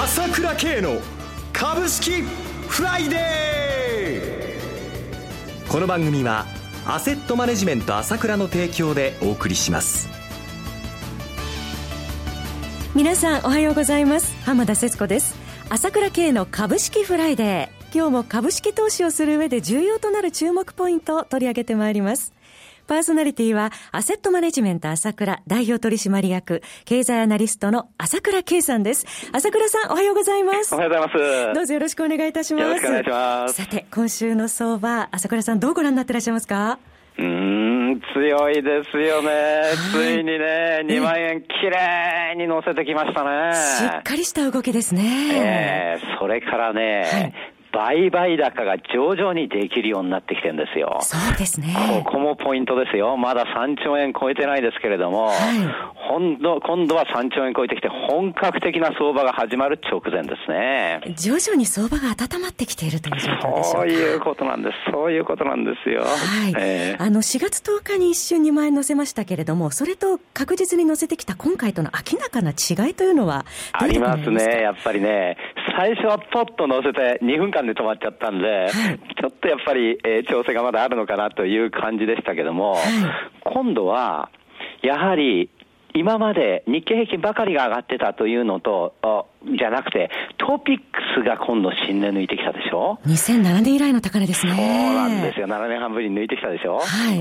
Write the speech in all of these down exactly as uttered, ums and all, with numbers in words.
朝倉慶の株式フライデー。この番組はアセットマネジメント朝倉の提供でお送りします。 皆さんおはようございます。浜田節子です。朝倉慶の株式フライデー、今日も株式投資をする上で重要となる注目ポイントを取り上げてまいります。パーソナリティはアセットマネジメント朝倉代表取締役経済アナリストの朝倉慶さんです。朝倉さんおはようございます。 おはようございます。 どうぞよろしくお願いいたします。 よろしくお願いします。 さて今週の相場、朝倉さんどうご覧になっていらっしゃいますか？ うーん強いですよね、はい、ついにねにまんえんきれいに乗せてきましたね。 しっかりした動きですね。 えー、それからね、はい、売買高が徐々にできるようになってきてるんですよ。 そうですね。 ここもポイントですよ。まださんちょうえん超えてないですけれども、はい、今度、今度はさんちょうえん超えてきて本格的な相場が始まる直前ですね。 徐々に相場が温まってきているという状況でしょうか。 そういうことなんです。そういうことなんですよ。 はい。えー、あのしがつとおかに一瞬にまんえん乗せましたけれども、それと確実に乗せてきた今回との明らかな違いというのはありますね。やっぱりね、最初はポッと乗せてにふんかんで止まっちゃったんで、はい、ちょっとやっぱり、えー、調整がまだあるのかなという感じでしたけども、はい、今度はやはり今まで日経平均ばかりが上がってたというのとじゃなくて、トピックスが今度新値抜いてきたでしょ。 にせんななねん以来の高値ですね。 そうなんですよ。ななねんはんぶりに抜いてきたでしょ、はい、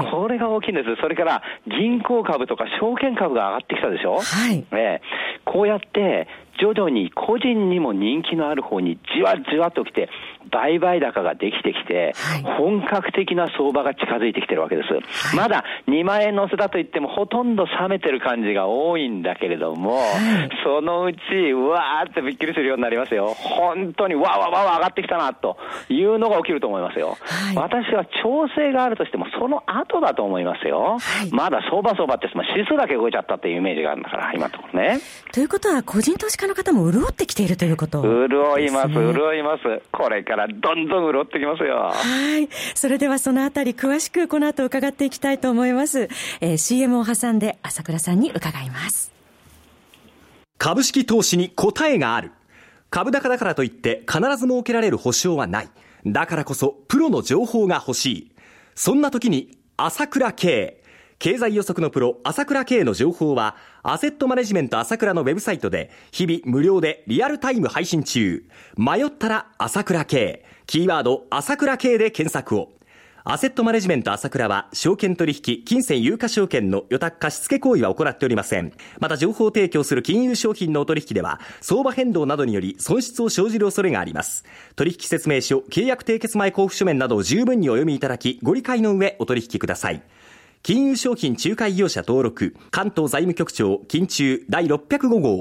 これが大きいんです。それから銀行株とか証券株が上がってきたでしょ、はいね、こうやって徐々に個人にも人気のある方にじわじわと来て売買高ができてきて、はい、本格的な相場が近づいてきてるわけです、はい、まだにまんえん乗せたといってもほとんど冷めてる感じが多いんだけれども、はい、そのうちうわーってびっくりするようになりますよ。本当にわーわーわーわー上がってきたなというのが起きると思いますよ、はい、私は調整があるとしてもその後だと思いますよ、はい、まだ相場相場って指数だけ動いちゃったっていうイメージがあるんだから今のところね。 ということは個人投資家の方も潤ってきているということですね。 潤います潤います。これからどんどん潤ってきますよ。 はい。それではそのあたり詳しくこの後伺っていきたいと思います、えー、シーエム を挟んで朝倉さんに伺います。 株式投資に答えがある。株高だからといって必ず設けられる保証はない。だからこそプロの情報が欲しい。そんな時に朝倉慶、経済予測のプロ朝倉慶の情報はアセットマネジメント朝倉のウェブサイトで日々無料でリアルタイム配信中。迷ったら朝倉慶、キーワード朝倉慶で検索を。アセットマネジメント朝倉は証券取引、金銭有価証券の予託貸付行為は行っておりません。また情報提供する金融商品のお取引では相場変動などにより損失を生じる恐れがあります。取引説明書、契約締結前交付書面などを十分にお読みいただきご理解の上お取引ください。金融商品仲介業者登録、関東財務局長金中だいろっぴゃくごごう。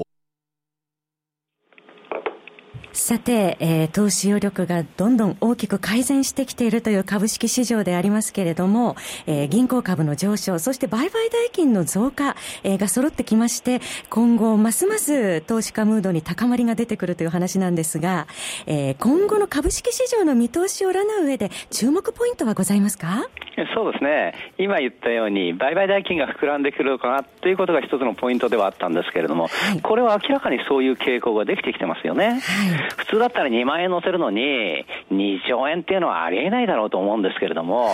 さて、えー、投資余力がどんどん大きく改善してきているという株式市場でありますけれども、えー、銀行株の上昇、そして売買代金の増加、えー、が揃ってきまして、今後ますます投資家ムードに高まりが出てくるという話なんですが、えー、今後の株式市場の見通しを占う上で注目ポイントはございますか？ そうですね。今言ったように売買代金が膨らんでくるのかなということが一つのポイントではあったんですけれども、はい、これは明らかにそういう傾向ができてきてますよね、はい、普通だったらにまんえん乗せるのににちょうえんっていうのはありえないだろうと思うんですけれども、はい、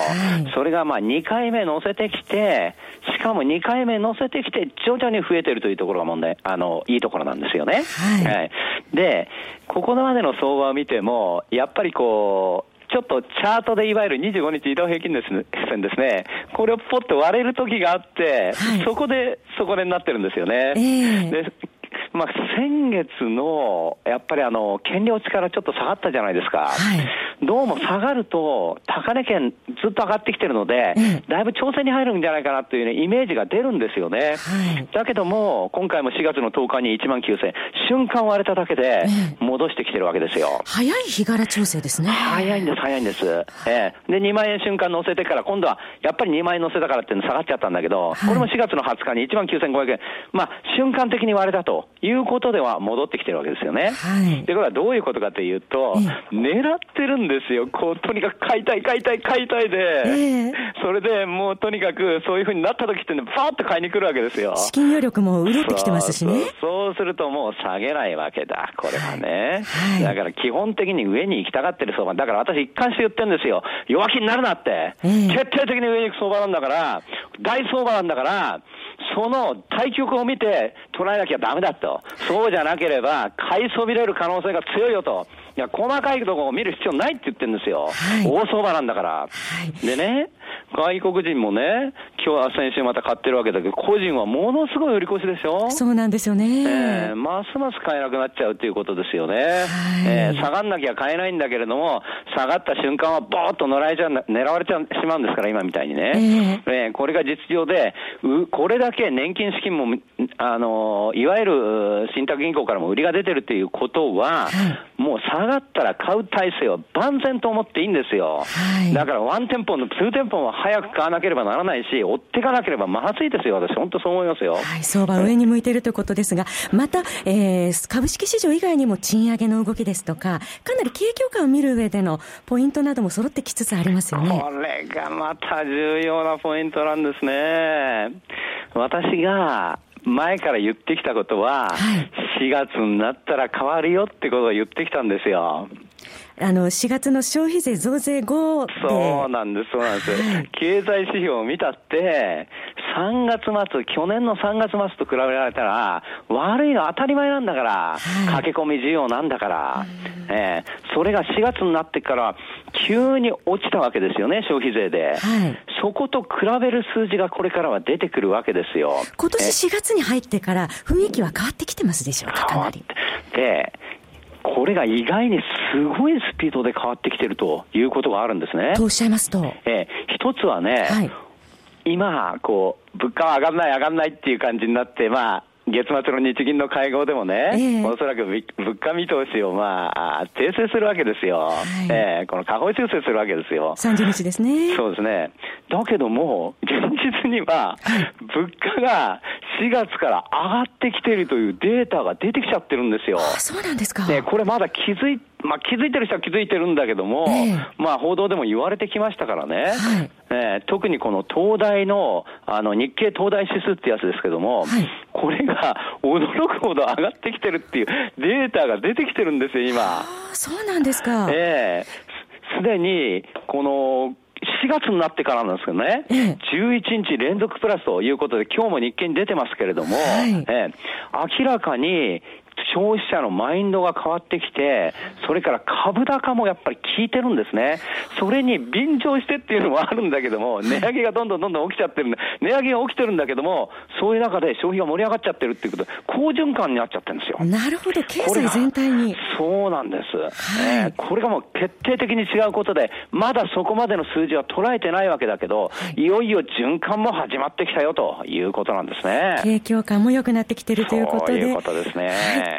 それがまあにかいめ乗せてきて、しかもにかいめ乗せてきて徐々に増えているというところが問題、あのいいところなんですよね、はいはい、でここまでの相場を見てもやっぱりこうちょっとチャートでいわゆるにじゅうごにち移動平均線ですね、これをポッと割れる時があって、はい、そこで底値になってるんですよね、えー、でまあ、先月のやっぱりあの権利落ちからちょっと下がったじゃないですか、はい、どうも下がると高値圏ずっと上がってきてるので、うん、だいぶ調整に入るんじゃないかなという、ね、イメージが出るんですよね、はい、だけども今回もしがつのとおかにいちまんきゅうせん瞬間割れただけで戻してきてるわけですよ、うん、 早い日柄調整ですね。 早いんです早いんです、えー、でにまんえん瞬間乗せてから今度はやっぱりにまんえん乗せたからっていうの下がっちゃったんだけど、はい、これもしがつのはつかにいちまんきゅうせんごひゃくえん、まあ瞬間的に割れたということでは戻ってきてるわけですよね、はい、でこれはどういうことかというと、狙ってるんでですよ。こう、とにかく買いたい、買いたい、買いたいで、えー、それでもうとにかくそういう風になった時ってね、バーッと買いに来るわけですよ。 資金余力も潤ってきてますしね。 そうそう、そうするともう下げないわけだ、これはね。はい、だから基本的に上に行きたがってる相場。だから私一貫して言ってるんですよ。弱気になるなって。えー、決定的に上に行く相場なんだから、大相場なんだから、その対局を見て捉えなきゃダメだと。そうじゃなければ買いそびれる可能性が強いよと。いや、細かいところを見る必要ないって言ってるんですよ。はい、大相場なんだから。はい、でね、外国人もね、今日は先週また買ってるわけだけど、個人はものすごい売り越しでしょ。 そうなんですよね。 えー、ますます買えなくなっちゃうっていうことですよね。はい、えー、下がんなきゃ買えないんだけれども、下がった瞬間はボーッと狙われちゃう、狙われちゃしまうんですから、今みたいにね。えーえー、これが実情で、うこれだけ年金資金も、あの、いわゆる信託銀行からも売りが出てるっていうことは、はい、もう下がったら買う体制は万全と思っていいんですよ。はい、だからワン店舗のツー店舗も早く買わなければならないし、追っていかなければまずいですよ。私本当そう思いますよ。はい、 相場上に向いているということですが、また、えー、株式市場以外にも賃上げの動きですとか、かなり景況感を見る上でのポイントなども揃ってきつつありますよね。 これがまた重要なポイントなんですね。私が前から言ってきたことは、はい、しがつになったら変わるよってことを言ってきたんですよ。 あのしがつの消費税増税後で、 そうなんです、そうなんです、はい、経済指標を見たってさんがつ末、去年のさんがつ末と比べられたら悪いの当たり前なんだから、はい、駆け込み需要なんだから、えー、それがしがつになってから急に落ちたわけですよね、消費税で、はい、そこと比べる数字がこれからは出てくるわけですよ。 今年しがつに入ってから雰囲気は変わってきてますでしょうか。かなりで、これが意外にすごいスピードで変わってきてるということがあるんですね。 とおっしゃいますと、 えー、一つはね、はい、今こう物価は上がんない上がんないっていう感じになって、まあ月末の日銀の会合でもね、えー、おそらく物価見通しをまあ訂正するわけですよ。はい、えー、この下方修正するわけですよ。 さんじゅうにちですね。 そうですね。だけども現実には物価がしがつから上がってきているというデータが出てきちゃってるんですよ。あ、 そうなんですか。 ね、これまだ気づいまあ、気づいてる人は気づいてるんだけども、えー、まあ報道でも言われてきましたからね、はい、えー、特にこの東大の、あの日経東大指数ってやつですけども、はい、これが驚くほど上がってきてるっていうデータが出てきてるんですよ、今。 あ、そうなんですか。 えー、すでにこのしがつになってからなんですけどね、ええ、じゅういちにち連続プラスということで今日も日経に出てますけれども、はい、えー、明らかに消費者のマインドが変わってきて、それから株高もやっぱり効いてるんですね。それに便乗してっていうのもあるんだけども、値上げがどんどんどんどん起きちゃってるんで、値上げが起きてるんだけども、そういう中で消費が盛り上がっちゃってるっていうことで、好循環になっちゃってるんですよ。 なるほど、経済全体に。 そうなんです、はい、えー、これがもう決定的に違うことで、まだそこまでの数字は捉えてないわけだけど、いよいよ循環も始まってきたよということなんですね。 景況感も良くなってきてるということで、 そういうことですね。はい、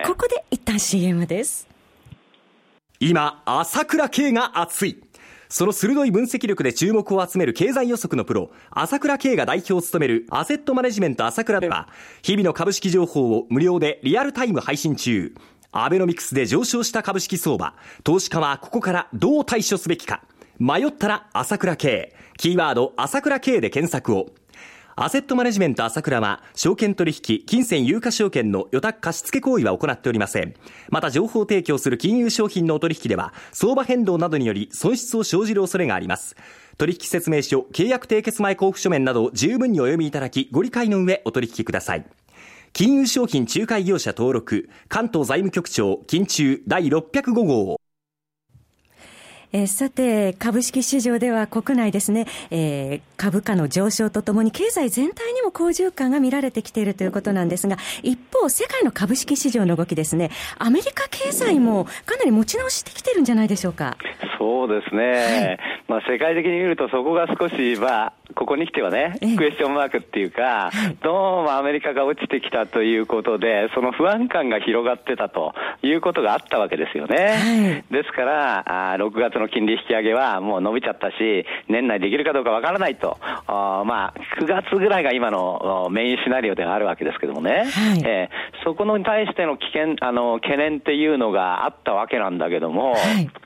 ここで一旦 シーエム です。 今朝倉慶が熱い。その鋭い分析力で注目を集める経済予測のプロ、朝倉慶が代表を務めるアセットマネジメント朝倉では、日々の株式情報を無料でリアルタイム配信中。アベノミクスで上昇した株式相場、投資家はここからどう対処すべきか。迷ったら朝倉慶、キーワード朝倉慶で検索を。アセットマネジメント朝倉は、証券取引、金銭有価証券の予託貸付行為は行っておりません。また情報提供する金融商品のお取引では、相場変動などにより損失を生じる恐れがあります。取引説明書、契約締結前交付書面などを十分にお読みいただき、ご理解の上お取引ください。金融商品仲介業者登録、関東財務局長、金中第ろっぴゃくご号。 えー、さて、株式市場では国内ですね、えー、株価の上昇とともに経済全体にも好循環が見られてきているということなんですが、一方、世界の株式市場の動きですね、アメリカ経済もかなり持ち直してきてるんじゃないでしょうか。 そうですね。はい、まあ、世界的に見るとそこが少し、まあ、ここに来てはね、クエスチョンマークっていうか、どうもアメリカが落ちてきたということで、その不安感が広がってたということがあったわけですよね。はい、ですから、あろくがつの金利引き上げはもう伸びちゃったし、年内できるかどうかわからないと、あまあ、くがつぐらいが今のメインシナリオではあるわけですけどもね、はい、えー、そこに対しての危険、あの、懸念っていうのがあったわけなんだけども、はい、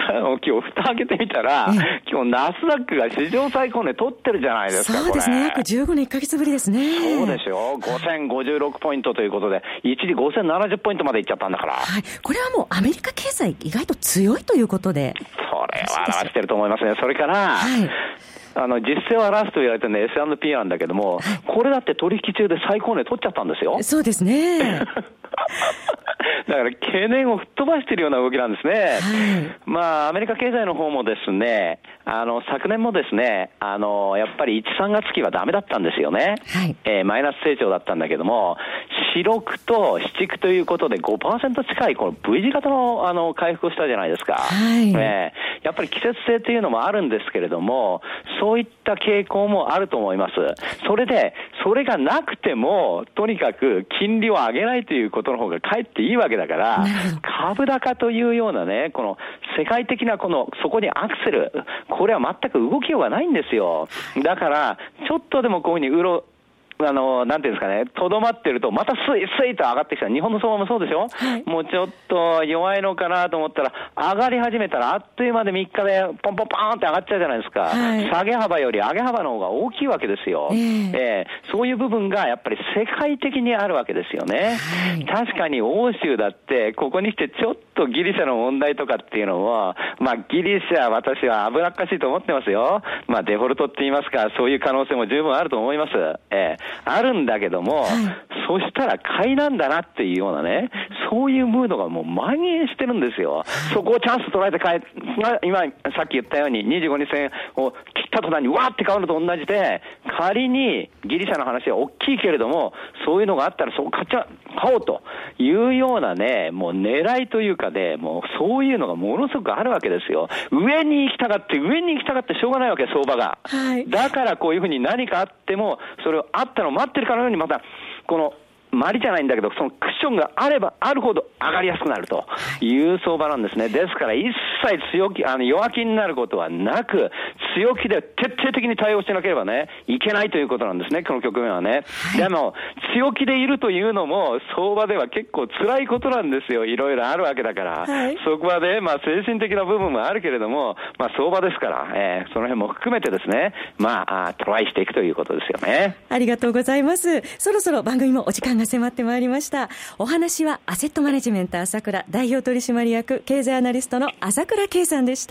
今日蓋開けてみたら、今日ナスダックが史上最高値取ってるじゃないですか。 そうですね、約じゅうごねんいっかげつぶりですね。 そうですよ、ごせんごじゅうろくポイントということで、一時ごせんななじゅうポイントまでいっちゃったんだから、 はい、これはもうアメリカ経済意外と強いということで、 それは表してると思いますね。それから、はい、あの実勢を表すと言われてるのは エスアンドピー なんだけども、はい、これだって取引中で最高値取っちゃったんですよ。 そうですねだから懸念を吹っ飛ばしているような動きなんですね。はい、まあアメリカ経済の方もですね、あの昨年もですね、あのやっぱりいち、さんがつ期はダメだったんですよね。はい、えー、マイナス成長だったんだけども、四六と七畜ということで ごパーセント 近いこの V 字型のあの回復をしたじゃないですか。はい、えー、やっぱり季節性というのもあるんですけれども、そういった傾向もあると思います。それでそれがなくてもとにかく金利を上げないということの方がかえっていいわけだから、株高というようなね、この世界的なこのそこにアクセル、これは全く動きようがないんですよ。だからちょっとでもこういうふうにうろあのなんていうんですかね、とどまってるとまたスイスイと上がってきた。日本の相場もそうでしょ、はい、もうちょっと弱いのかなと思ったら上がり始めたらあっという間でみっかでポンポンポーンって上がっちゃうじゃないですか。はい、下げ幅より上げ幅の方が大きいわけですよ。えーえー、そういう部分がやっぱり世界的にあるわけですよね。はい、確かに欧州だってここに来てちょっとギリシャの問題とかっていうのを、まあギリシャ私は危なっかしいと思ってますよ。まあデフォルトって言いますか、そういう可能性も十分あると思います。えーあるんだけども、はい、そしたら買いなんだなっていうようなね、そういうムードがもう蔓延してるんですよ。そこをチャンス捉えて買え、今さっき言ったようににじゅうごにち線を切った途端にわーって買うのと同じで、仮にギリシャの話は大きいけれども、そういうのがあったらそう買っちゃ買おうというようなね、もう狙いというかね、もうそういうのがものすごくあるわけですよ。上に行きたがって上に行きたがってしょうがないわけ、相場が。はい、だからこういうふうに何かあってもそれをあったのを待ってるかのようにまたこのマリじゃないんだけど、そのクッションがあればあるほど上がりやすくなるという相場なんですね。ですから一切強気、あの弱気になることはなく、強気で徹底的に対応しなければね、いけないということなんですね、この局面はね。はい、でも、強気でいるというのも、相場では結構辛いことなんですよ。いろいろあるわけだから。はい、そこはね、まあ精神的な部分もあるけれども、まあ相場ですから、えー、その辺も含めてですね、まあ、トライしていくということですよね。 ありがとうございます。そろそろ番組もお時間が迫ってまいりました。お話はアセットマネジメント朝倉代表取締役経済アナリストの朝倉圭さんでした。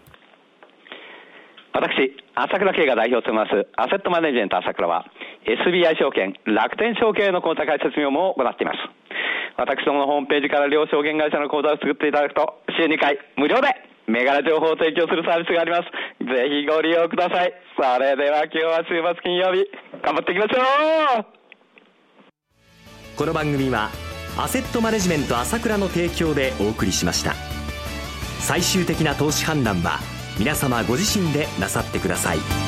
私、朝倉圭が代表を務めますアセットマネジメント朝倉は エスビーアイ 証券、楽天証券の口座開設業務を行っています。私どものホームページから両証券会社の口座を作っていただくと週にかい無料で銘柄情報を提供するサービスがあります。ぜひご利用ください。それでは今日は週末金曜日頑張っていきましょう。 この番組はアセットマネジメント朝倉の提供でお送りしました。最終的な投資判断は皆様ご自身でなさってください。